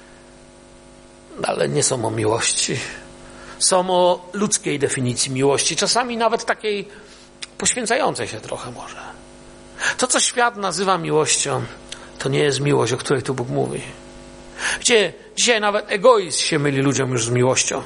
Speaker 1: ale nie są o miłości. Są o ludzkiej definicji miłości, czasami nawet takiej poświęcającej się trochę może. To, co świat nazywa miłością, to nie jest miłość, o której tu Bóg mówi. Wiecie, dzisiaj nawet egoizm się myli ludziom już z miłością.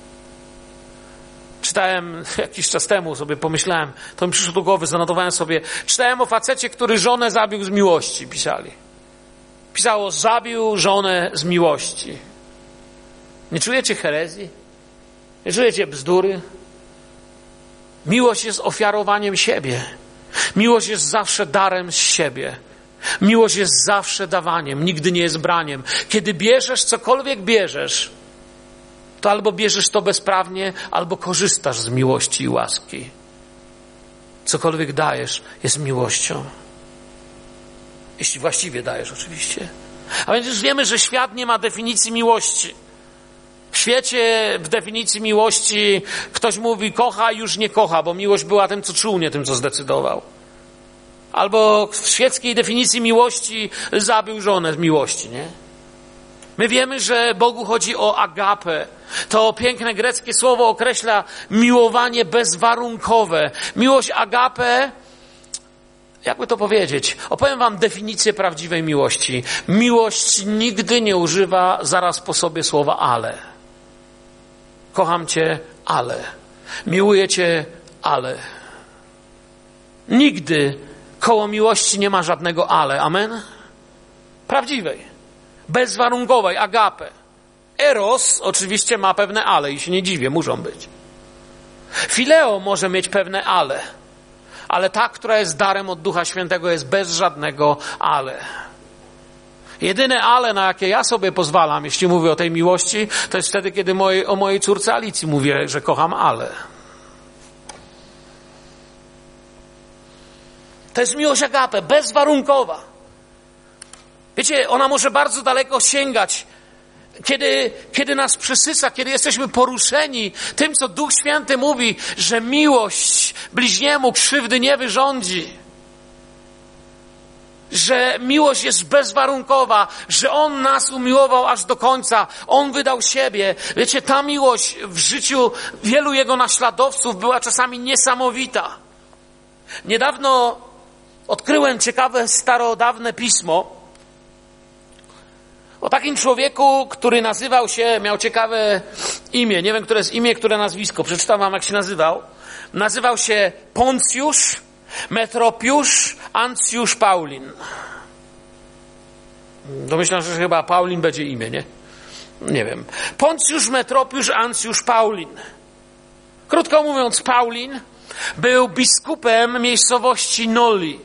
Speaker 1: Czytałem jakiś czas temu, sobie pomyślałem, to mi przyszło do głowy, zanotowałem sobie, czytałem o facecie, który żonę zabił z miłości, pisali. Pisało, zabił żonę z miłości. Nie czujecie herezji? Nie czujecie bzdury? Miłość jest ofiarowaniem siebie. Miłość jest zawsze darem z siebie. Miłość jest zawsze dawaniem, nigdy nie jest braniem. Kiedy bierzesz, cokolwiek bierzesz, to albo bierzesz to bezprawnie, albo korzystasz z miłości i łaski. Cokolwiek dajesz, jest miłością. Jeśli właściwie dajesz, oczywiście. A więc już wiemy, że świat nie ma definicji miłości. W świecie, w definicji miłości, ktoś mówi kocha i już nie kocha, bo miłość była tym, co czuł, nie tym, co zdecydował. Albo w świeckiej definicji miłości zabił żonę z miłości, nie? My wiemy, że Bogu chodzi o agapę. To piękne greckie słowo określa miłowanie bezwarunkowe. Miłość agapę, jakby to powiedzieć? Opowiem wam definicję prawdziwej miłości. Miłość nigdy nie używa zaraz po sobie słowa ale. Kocham cię, ale. Miłuję cię, ale. Nigdy koło miłości nie ma żadnego ale. Amen? Prawdziwej. Bezwarunkowej, agapę. Eros oczywiście ma pewne ale i się nie dziwię, muszą być. Fileo może mieć pewne ale ta, która jest darem od Ducha Świętego, jest bez żadnego ale. Jedyne ale, na jakie ja sobie pozwalam, jeśli mówię o tej miłości, to jest wtedy, kiedy o mojej córce Alicji mówię, że kocham ale. To jest miłość agapę, bezwarunkowa. Wiecie, ona może bardzo daleko sięgać, kiedy nas przysysa, kiedy jesteśmy poruszeni tym, co Duch Święty mówi, że miłość bliźniemu krzywdy nie wyrządzi. Że miłość jest bezwarunkowa, że On nas umiłował aż do końca. On wydał siebie. Wiecie, ta miłość w życiu wielu Jego naśladowców była czasami niesamowita. Niedawno odkryłem ciekawe, starodawne pismo o takim człowieku, który nazywał się, miał ciekawe imię. Nie wiem, które jest imię, które nazwisko. Przeczytam wam, jak się nazywał. Nazywał się Poncjusz Metropiusz Ancjusz Paulin. Domyślam się, że chyba Paulin będzie imię, nie? Nie wiem. Poncjusz Metropiusz Ancjusz Paulin. Krótko mówiąc, Paulin był biskupem miejscowości Noli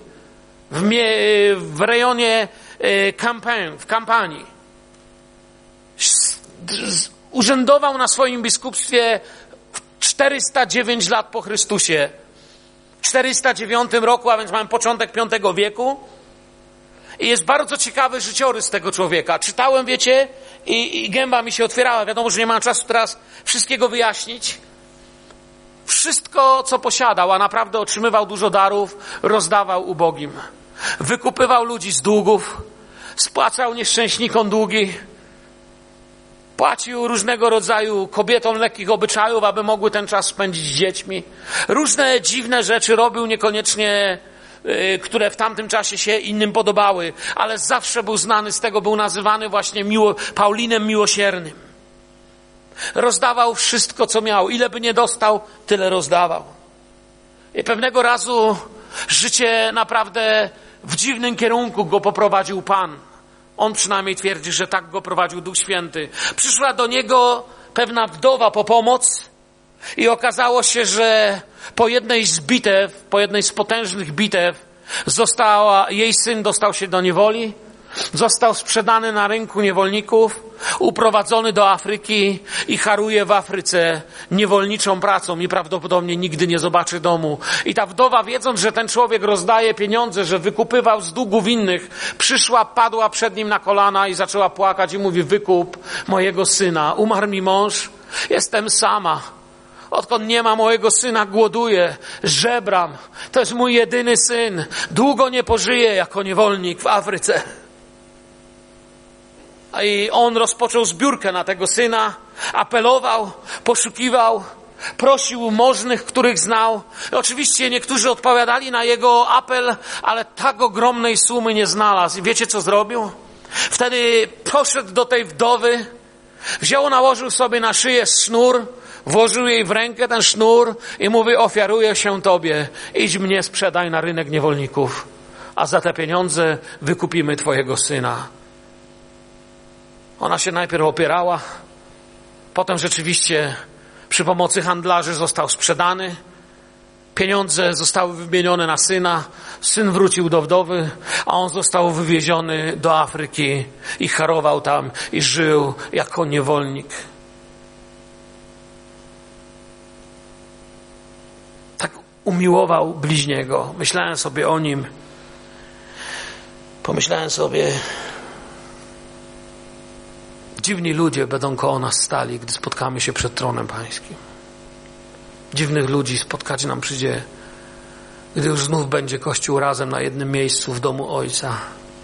Speaker 1: w rejonie w Kampanii. Urzędował na swoim biskupstwie 409 lat po Chrystusie. W 409 roku, a więc mamy początek V wieku. I jest bardzo ciekawy życiorys tego człowieka. Czytałem, wiecie, i gęba mi się otwierała. Wiadomo, że nie mam czasu teraz wszystkiego wyjaśnić. Wszystko, co posiadał, a naprawdę otrzymywał dużo darów, rozdawał ubogim. Wykupywał ludzi z długów, spłacał nieszczęśnikom długi, płacił różnego rodzaju kobietom lekkich obyczajów, aby mogły ten czas spędzić z dziećmi. Różne dziwne rzeczy robił, niekoniecznie które w tamtym czasie się innym podobały, ale zawsze był znany z tego, był nazywany właśnie Paulinem Miłosiernym. Rozdawał wszystko, co miał. Ile by nie dostał, tyle rozdawał. I pewnego razu życie naprawdę w dziwnym kierunku go poprowadził Pan. On przynajmniej twierdzi, że tak go prowadził Duch Święty. Przyszła do niego pewna wdowa po pomoc i okazało się, że po jednej z potężnych bitew jej syn dostał się do niewoli, został sprzedany na rynku niewolników, uprowadzony do Afryki i haruje w Afryce niewolniczą pracą i prawdopodobnie nigdy nie zobaczy domu. I ta wdowa, wiedząc, że ten człowiek rozdaje pieniądze, że wykupywał z długów innych, przyszła, padła przed nim na kolana i zaczęła płakać i mówi: wykup mojego syna. Umarł mi mąż, jestem sama. Odkąd nie ma mojego syna, głoduję, żebram. To jest mój jedyny syn. Długo nie pożyje jako niewolnik w Afryce. I on rozpoczął zbiórkę na tego syna, apelował, poszukiwał, prosił możnych, których znał. Oczywiście niektórzy odpowiadali na jego apel, ale tak ogromnej sumy nie znalazł. I wiecie, co zrobił? Wtedy poszedł do tej wdowy, wziął, nałożył sobie na szyję sznur, włożył jej w rękę ten sznur i mówi: ofiaruję się Tobie, idź mnie sprzedaj na rynek niewolników, a za te pieniądze wykupimy Twojego syna. Ona się najpierw opierała, potem rzeczywiście przy pomocy handlarzy został sprzedany. Pieniądze zostały wymienione na syna. Syn wrócił do wdowy, a on został wywieziony do Afryki i harował tam i żył jako niewolnik. Tak umiłował bliźniego. Myślałem sobie o nim. Pomyślałem sobie, dziwni ludzie będą koło nas stali, gdy spotkamy się przed tronem pańskim. Dziwnych ludzi spotkać nam przyjdzie, gdy już znów będzie Kościół razem na jednym miejscu w domu Ojca.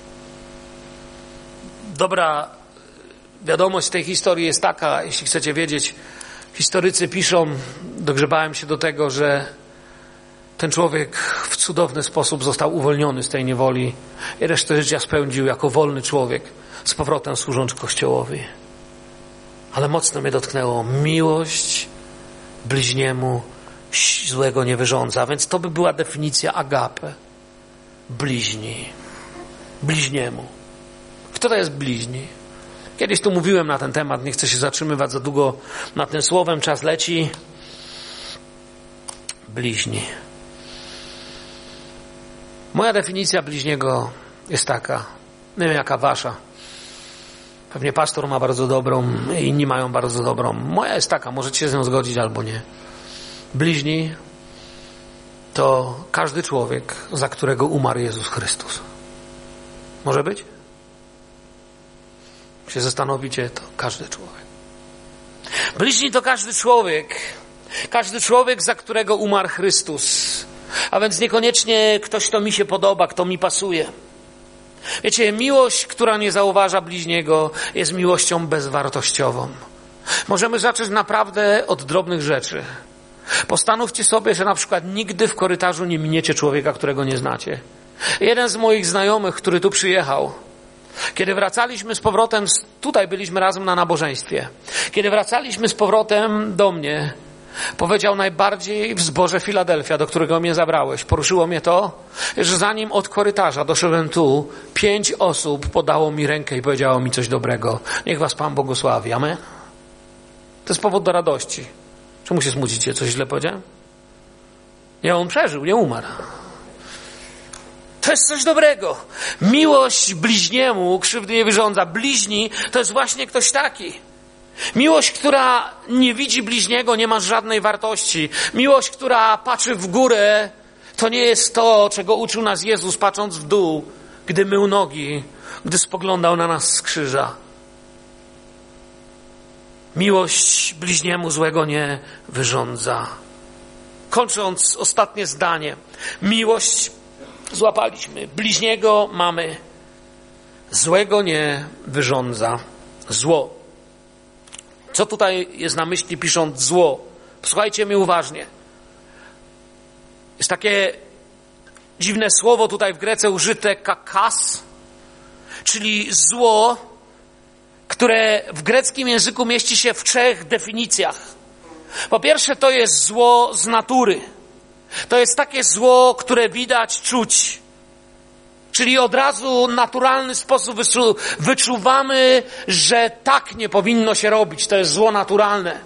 Speaker 1: Dobra wiadomość tej historii jest taka, jeśli chcecie wiedzieć, historycy piszą, dogrzebałem się do tego, że ten człowiek w cudowny sposób został uwolniony z tej niewoli i resztę życia spędził jako wolny człowiek, z powrotem służąc Kościołowi. Ale mocno mnie dotknęło: miłość bliźniemu złego nie wyrządza. A więc to by była definicja agape. Bliźni. Bliźniemu. Kto to jest bliźni? Kiedyś tu mówiłem na ten temat, nie chcę się zatrzymywać za długo nad tym słowem, czas leci. Bliźni. Moja definicja bliźniego jest taka, nie wiem jaka wasza. Pewnie pastor ma bardzo dobrą, inni mają bardzo dobrą. Moja jest taka, możecie się z nią zgodzić albo nie. Bliźni to każdy człowiek, za którego umarł Jezus Chrystus. Może być? Jak się zastanowicie, to każdy człowiek. Bliźni to każdy człowiek, za którego umarł Chrystus. A więc niekoniecznie ktoś, kto mi się podoba, kto mi pasuje. Wiecie, miłość, która nie zauważa bliźniego, jest miłością bezwartościową. Możemy zacząć naprawdę od drobnych rzeczy. Postanówcie sobie, że na przykład nigdy w korytarzu nie miniecie człowieka, którego nie znacie. Jeden z moich znajomych, który tu przyjechał, kiedy wracaliśmy z powrotem, tutaj byliśmy razem na nabożeństwie, kiedy wracaliśmy z powrotem do mnie, powiedział: najbardziej w zborze Filadelfia, do którego mnie zabrałeś, poruszyło mnie to, że zanim od korytarza doszedłem tu, 5 osób podało mi rękę i powiedziało mi coś dobrego. Niech was Pan błogosławi. Amen? To jest powód do radości. Czemu się smucicie? Coś źle powiedziałem? Nie, on przeżył, nie umarł. To jest coś dobrego. Miłość bliźniemu krzywdy nie wyrządza. Bliźni to jest właśnie ktoś taki. Miłość, która nie widzi bliźniego, nie ma żadnej wartości. Miłość, która patrzy w górę, to nie jest to, czego uczył nas Jezus, patrząc w dół, gdy mył nogi, gdy spoglądał na nas z krzyża. Miłość bliźniemu złego nie wyrządza. Kończąc ostatnie zdanie. Miłość złapaliśmy. Bliźniego mamy. Złego nie wyrządza. Zło. Co tutaj jest na myśli, pisząc zło? Posłuchajcie mnie uważnie. Jest takie dziwne słowo tutaj w Grece użyte, kakas, czyli zło, które w greckim języku mieści się w 3 definicjach. Po pierwsze, to jest zło z natury. To jest takie zło, które widać, czuć. Czyli od razu naturalny sposób wyczuwamy, że tak nie powinno się robić. To jest zło naturalne.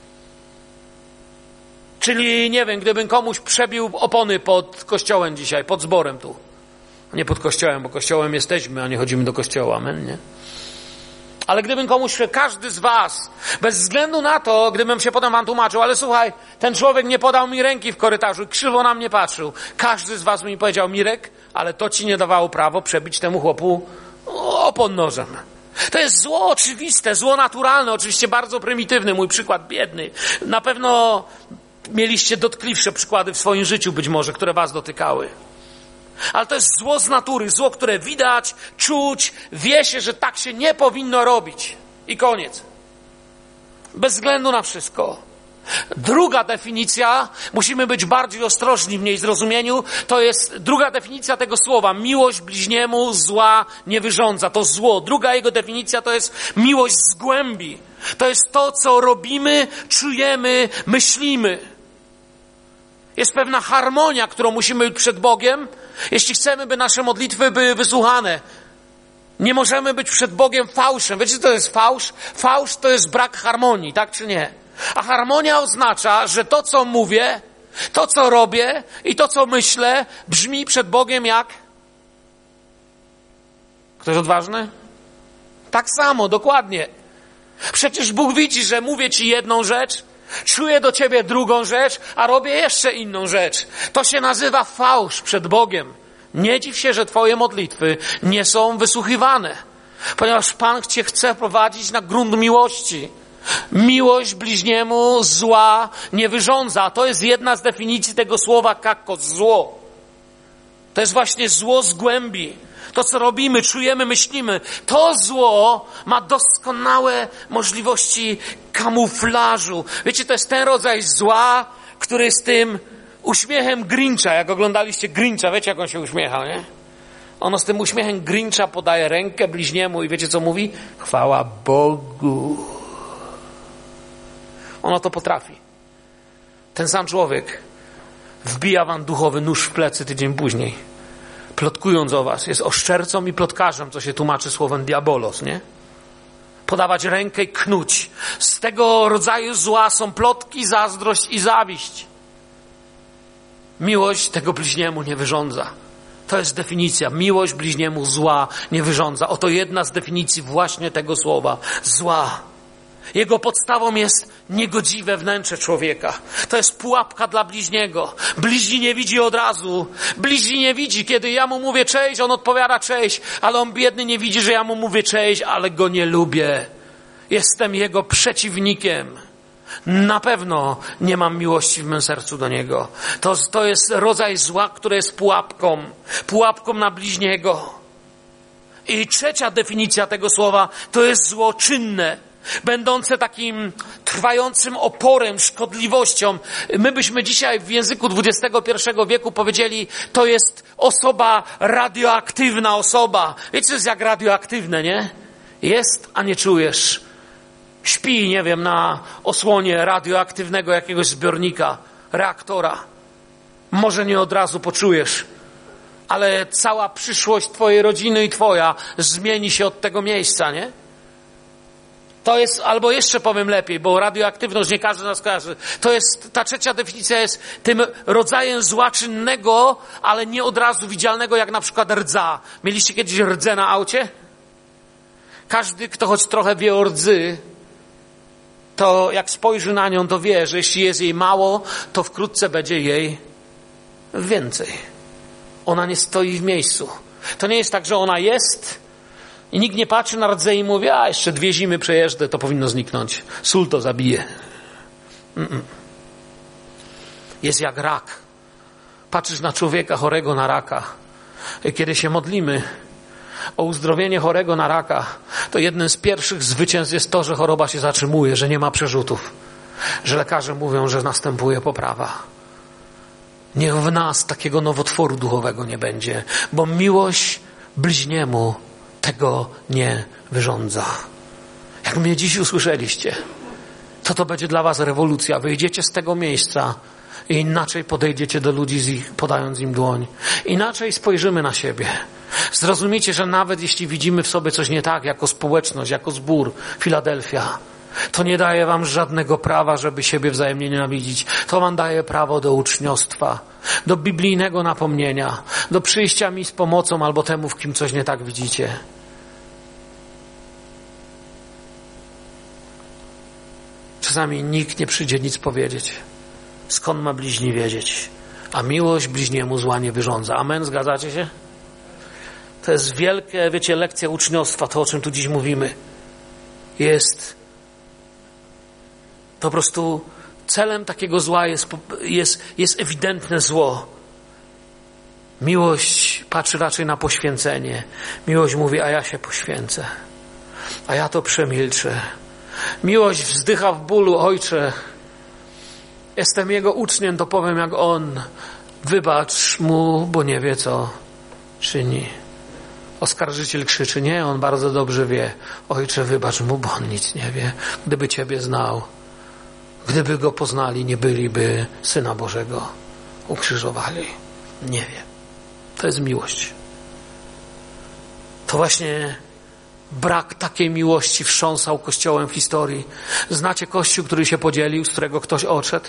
Speaker 1: Czyli, nie wiem, gdybym komuś przebił opony pod kościołem dzisiaj, pod zborem tu. Nie pod kościołem, bo kościołem jesteśmy, a nie chodzimy do kościoła. Amen, nie? Ale gdybym komuś, każdy z was, bez względu na to, gdybym się potem wam tłumaczył, ale słuchaj, ten człowiek nie podał mi ręki w korytarzu i krzywo na mnie patrzył. Każdy z was mi powiedział: Mirek, ale to ci nie dawało prawo przebić temu chłopu opon nożem. To jest zło oczywiste, zło naturalne, oczywiście bardzo prymitywny, mój przykład biedny. Na pewno mieliście dotkliwsze przykłady w swoim życiu być może, które was dotykały. Ale to jest zło z natury, zło, które widać, czuć, wie się, że tak się nie powinno robić. I koniec. Bez względu na wszystko. Druga definicja, musimy być bardziej ostrożni w niej zrozumieniu, to jest druga definicja tego słowa. Miłość bliźniemu zła nie wyrządza. To zło. Druga jego definicja to jest miłość z głębi. To jest to, co robimy, czujemy, myślimy. Jest pewna harmonia, którą musimy mieć przed Bogiem, jeśli chcemy, by nasze modlitwy były wysłuchane. Nie możemy być przed Bogiem fałszem. Wiecie, co to jest fałsz? Fałsz to jest brak harmonii, tak czy nie? A harmonia oznacza, że to, co mówię, to, co robię i to, co myślę, brzmi przed Bogiem jak? Ktoś odważny? Tak samo, dokładnie. Przecież Bóg widzi, że mówię ci jedną rzecz, czuję do ciebie drugą rzecz, a robię jeszcze inną rzecz. To się nazywa fałsz przed Bogiem. Nie dziw się, że twoje modlitwy nie są wysłuchiwane, ponieważ Pan cię chce prowadzić na grunt miłości. Miłość bliźniemu zła nie wyrządza. To jest jedna z definicji tego słowa kakos, zło. To jest właśnie zło z głębi. To, co robimy, czujemy, myślimy. To zło ma doskonałe możliwości kamuflażu. Wiecie, to jest ten rodzaj zła, który z tym uśmiechem Grincha, jak oglądaliście Grincha, wiecie, jak on się uśmiechał, nie? Ono z tym uśmiechem Grincha podaje rękę bliźniemu i wiecie, co mówi? Chwała Bogu. Ono to potrafi. Ten sam człowiek wbija wam duchowy nóż w plecy tydzień później, plotkując o was. Jest oszczercą i plotkarzem, co się tłumaczy słowem diabolos, nie? Podawać rękę i knuć. Z tego rodzaju zła są plotki, zazdrość i zawiść. Miłość tego bliźniemu nie wyrządza. To jest definicja. Miłość bliźniemu zła nie wyrządza. Oto jedna z definicji właśnie tego słowa. Zła. Jego podstawą jest niegodziwe wnętrze człowieka. To jest pułapka dla bliźniego. Bliźni nie widzi od razu. Bliźni nie widzi, kiedy ja mu mówię cześć, on odpowiada cześć, ale on biedny nie widzi, że ja mu mówię cześć, ale go nie lubię. Jestem jego przeciwnikiem. Na pewno nie mam miłości w mym sercu do niego. To jest rodzaj zła, które jest pułapką na bliźniego. I trzecia definicja tego słowa to jest zło czynne, będące takim trwającym oporem, szkodliwością. My byśmy dzisiaj w języku XXI wieku powiedzieli, to jest osoba radioaktywna osoba. Wiecie, co jest jak radioaktywne, nie? Jest, a nie czujesz. Śpi, nie wiem, na osłonie radioaktywnego jakiegoś zbiornika, reaktora. Może nie od razu poczujesz, ale cała przyszłość twojej rodziny i twoja zmieni się od tego miejsca, nie? To jest, albo jeszcze powiem lepiej, bo radioaktywność nie każdy nas kojarzy. To jest, ta trzecia definicja jest tym rodzajem zła czynnego, ale nie od razu widzialnego, jak na przykład rdza. Mieliście kiedyś rdzę na aucie? Każdy, kto choć trochę wie o rdzy, to jak spojrzy na nią, to wie, że jeśli jest jej mało, to wkrótce będzie jej więcej. Ona nie stoi w miejscu. To nie jest tak, że ona jest i nikt nie patrzy na rdzę i mówi, a jeszcze 2 zimy przejeżdżę, to powinno zniknąć. Sól to zabije. Jest jak rak. Patrzysz na człowieka chorego na raka. Kiedy się modlimy o uzdrowienie chorego na raka, to jednym z pierwszych zwycięstw jest to, że choroba się zatrzymuje, że nie ma przerzutów, że lekarze mówią, że następuje poprawa. Niech w nas takiego nowotworu duchowego nie będzie, bo miłość bliźniemu tego nie wyrządza. Jak mnie dziś usłyszeliście, to będzie dla was rewolucja. Wyjdziecie z tego miejsca i inaczej podejdziecie do ludzi, podając im dłoń. Inaczej spojrzymy na siebie. Zrozumiecie, że nawet jeśli widzimy w sobie coś nie tak, jako społeczność, jako zbór Filadelfia, to nie daje wam żadnego prawa, żeby siebie wzajemnie nienawidzić. To wam daje prawo do uczniostwa, do biblijnego napomnienia, do przyjścia mi z pomocą albo temu, w kim coś nie tak widzicie. Czasami nikt nie przyjdzie nic powiedzieć. Skąd ma bliźni wiedzieć? A miłość bliźniemu zła nie wyrządza. Amen? Zgadzacie się? To jest wielkie, wiecie, lekcja uczniostwa, to o czym tu dziś mówimy. Jest po prostu celem takiego zła jest ewidentne zło. Miłość patrzy raczej na poświęcenie. Miłość mówi, a ja się poświęcę. A ja to przemilczę. Miłość wzdycha w bólu, Ojcze, jestem Jego uczniem, to powiem jak On. Wybacz Mu, bo nie wie, co czyni. Oskarżyciel krzyczy, nie, on bardzo dobrze wie. Ojcze, wybacz Mu, bo on nic nie wie. Gdyby Ciebie znał, gdyby Go poznali, nie byliby Syna Bożego ukrzyżowali. Nie wie. To jest miłość. To właśnie brak takiej miłości wstrząsał Kościołem w historii. Znacie Kościół, który się podzielił, z którego ktoś odszedł?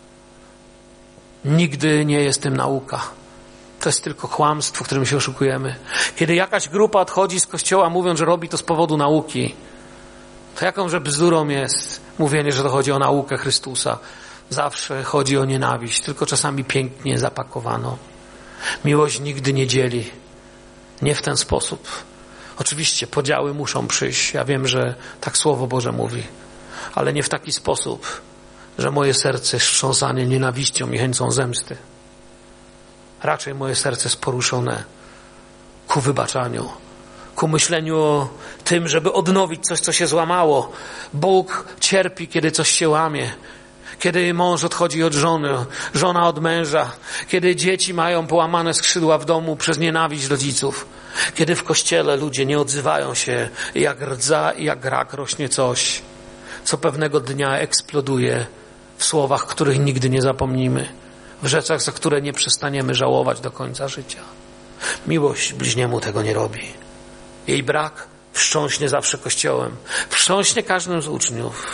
Speaker 1: Nigdy nie jest tym nauka. To jest tylko kłamstwo, którym się oszukujemy. Kiedy jakaś grupa odchodzi z Kościoła, mówiąc, że robi to z powodu nauki, to jakąże bzdurą jest mówienie, że to chodzi o naukę Chrystusa. Zawsze chodzi o nienawiść, tylko czasami pięknie zapakowano. Miłość nigdy nie dzieli. Nie w ten sposób. Oczywiście podziały muszą przyjść. Ja wiem, że tak Słowo Boże mówi. Ale nie w taki sposób, że moje serce jest wstrząsane nienawiścią i chęcą zemsty. Raczej moje serce jest poruszone ku wybaczaniu, ku myśleniu o tym, żeby odnowić coś, co się złamało. Bóg cierpi, kiedy coś się łamie. Kiedy mąż odchodzi od żony, żona od męża. Kiedy dzieci mają połamane skrzydła w domu przez nienawiść rodziców. Kiedy w Kościele ludzie nie odzywają się, jak rdza i jak rak rośnie coś, co pewnego dnia eksploduje w słowach, których nigdy nie zapomnimy. W rzeczach, za które nie przestaniemy żałować do końca życia. Miłość bliźniemu tego nie robi. Jej brak wstrząśnie zawsze Kościołem. Wstrząśnie każdym z uczniów.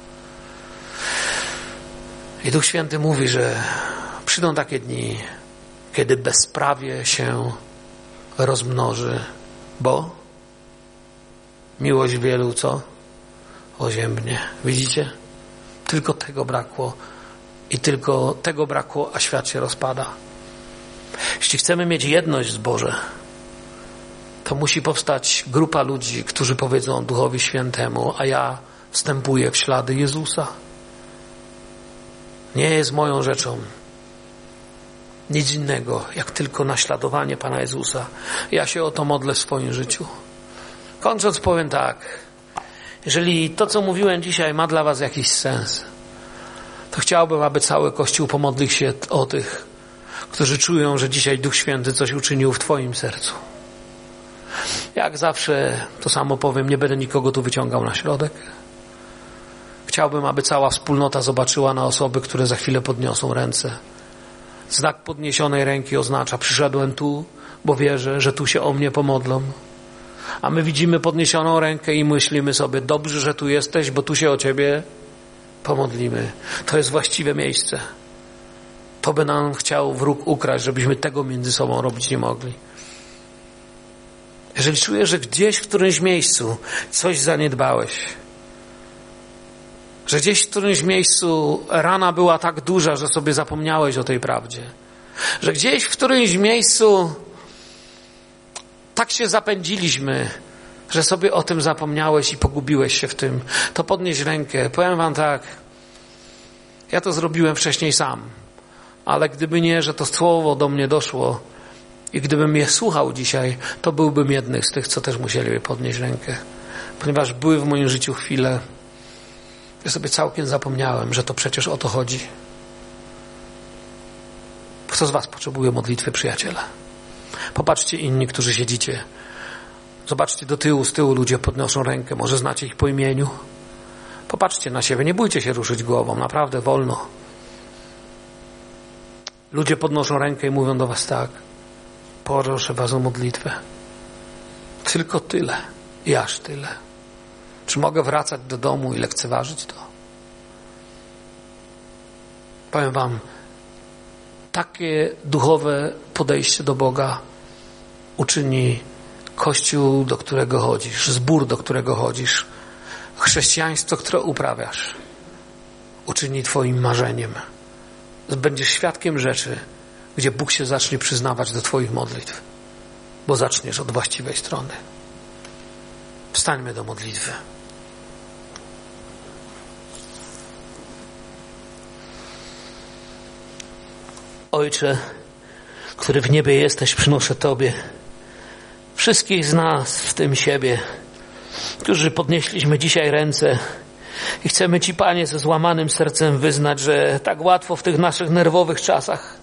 Speaker 1: I Duch Święty mówi, że przyjdą takie dni, kiedy bezprawie się rozmnoży, bo miłość wielu, co? Oziębnie. Widzicie? Tylko tego brakło. I tylko tego brakło, a świat się rozpada. Jeśli chcemy mieć jedność z Boże, to musi powstać grupa ludzi, którzy powiedzą Duchowi Świętemu, a ja wstępuję w ślady Jezusa. Nie jest moją rzeczą nic innego, jak tylko naśladowanie Pana Jezusa. Ja się o to modlę w swoim życiu. Kończąc powiem tak. Jeżeli to, co mówiłem dzisiaj, ma dla was jakiś sens, to chciałbym, aby cały Kościół pomodlił się o tych, którzy czują, że dzisiaj Duch Święty coś uczynił w twoim sercu. Jak zawsze to samo powiem, nie będę nikogo tu wyciągał na środek. Chciałbym, aby cała wspólnota zobaczyła na osoby, które za chwilę podniosą ręce. Znak podniesionej ręki oznacza, przyszedłem tu, bo wierzę, że tu się o mnie pomodlą. A my widzimy podniesioną rękę i myślimy sobie, dobrze, że tu jesteś, bo tu się o ciebie pomodlimy. To jest właściwe miejsce. To by nam chciał wróg ukraść, żebyśmy tego między sobą robić nie mogli. Jeżeli czujesz, że gdzieś w którymś miejscu coś zaniedbałeś, że gdzieś w którymś miejscu rana była tak duża, że sobie zapomniałeś o tej prawdzie, że gdzieś w którymś miejscu tak się zapędziliśmy, że sobie o tym zapomniałeś i pogubiłeś się w tym, to podnieś rękę. Powiem wam tak, ja to zrobiłem wcześniej sam, ale gdyby nie, że to słowo do mnie doszło i gdybym je słuchał dzisiaj, to byłbym jednym z tych, co też musieli podnieść rękę. Ponieważ były w moim życiu chwile, ja sobie całkiem zapomniałem, że to przecież o to chodzi. Kto z was potrzebuje modlitwy, przyjaciele? Popatrzcie inni, którzy siedzicie. Zobaczcie do tyłu, z tyłu ludzie podnoszą rękę. Może znacie ich po imieniu. Popatrzcie na siebie, nie bójcie się ruszyć głową. Naprawdę wolno. Ludzie podnoszą rękę i mówią do was tak. Proszę was o modlitwę. Tylko tyle i aż tyle. Czy mogę wracać do domu i lekceważyć to? Powiem wam, takie duchowe podejście do Boga uczyni Kościół, do którego chodzisz, zbór, do którego chodzisz, chrześcijaństwo, które uprawiasz, uczyni twoim marzeniem. Będziesz świadkiem rzeczy, gdzie Bóg się zacznie przyznawać do twoich modlitw, bo zaczniesz od właściwej strony. Wstańmy do modlitwy. Ojcze, który w niebie jesteś, przynoszę Tobie wszystkich z nas, w tym siebie, którzy podnieśliśmy dzisiaj ręce I chcemy Ci, Panie, ze złamanym sercem wyznać, że tak łatwo w tych naszych nerwowych czasach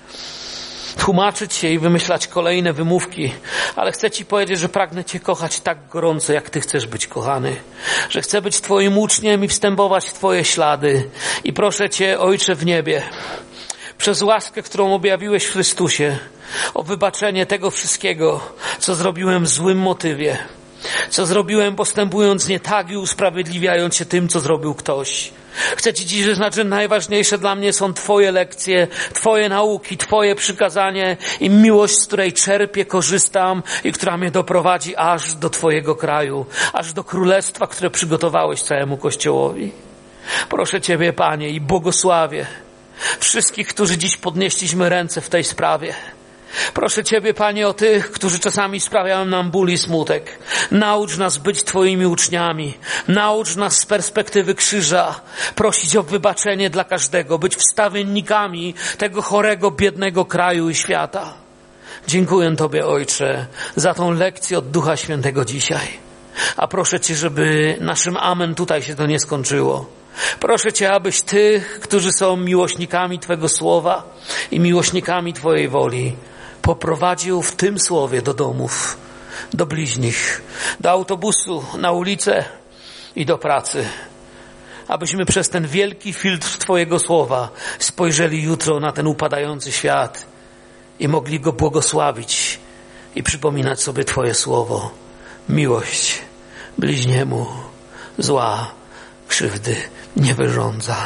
Speaker 1: tłumaczyć się i wymyślać kolejne wymówki, ale chcę Ci powiedzieć, że pragnę Cię kochać tak gorąco, jak Ty chcesz być kochany, że chcę być Twoim uczniem i wstępować w Twoje ślady. I proszę Cię, Ojcze w niebie, przez łaskę, którą objawiłeś w Chrystusie, o wybaczenie tego wszystkiego, co zrobiłem w złym motywie, co zrobiłem postępując nie tak i usprawiedliwiając się tym, co zrobił ktoś. Chcę Ci dziś wyznać, że najważniejsze dla mnie są Twoje lekcje, Twoje nauki, Twoje przykazanie i miłość, z której czerpię, korzystam i która mnie doprowadzi aż do Twojego kraju, aż do królestwa, które przygotowałeś całemu Kościołowi. Proszę Ciebie, Panie, i błogosławię wszystkich, którzy dziś podnieśliśmy ręce w tej sprawie. Proszę Ciebie, Panie, o tych, którzy czasami sprawiają nam ból i smutek. Naucz nas być Twoimi uczniami. Naucz nas z perspektywy krzyża prosić o wybaczenie dla każdego, być wstawiennikami tego chorego, biednego kraju i świata. Dziękuję Tobie, Ojcze, za tą lekcję od Ducha Świętego dzisiaj. A proszę Cię, żeby naszym amen tutaj się to nie skończyło. Proszę Cię, abyś tych, którzy są miłośnikami Twego słowa i miłośnikami Twojej woli, poprowadził w tym słowie do domów, do bliźnich, do autobusu, na ulicę i do pracy. Abyśmy przez ten wielki filtr Twojego słowa spojrzeli jutro na ten upadający świat i mogli go błogosławić i przypominać sobie Twoje słowo. Miłość bliźniemu zła, krzywdy nie wyrządza.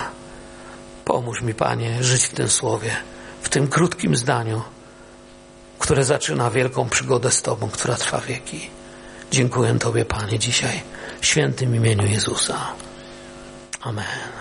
Speaker 1: Pomóż mi, Panie, żyć w tym słowie, w tym krótkim zdaniu, które zaczyna wielką przygodę z Tobą, która trwa wieki. Dziękuję Tobie, Panie, dzisiaj w świętym imieniu Jezusa. Amen.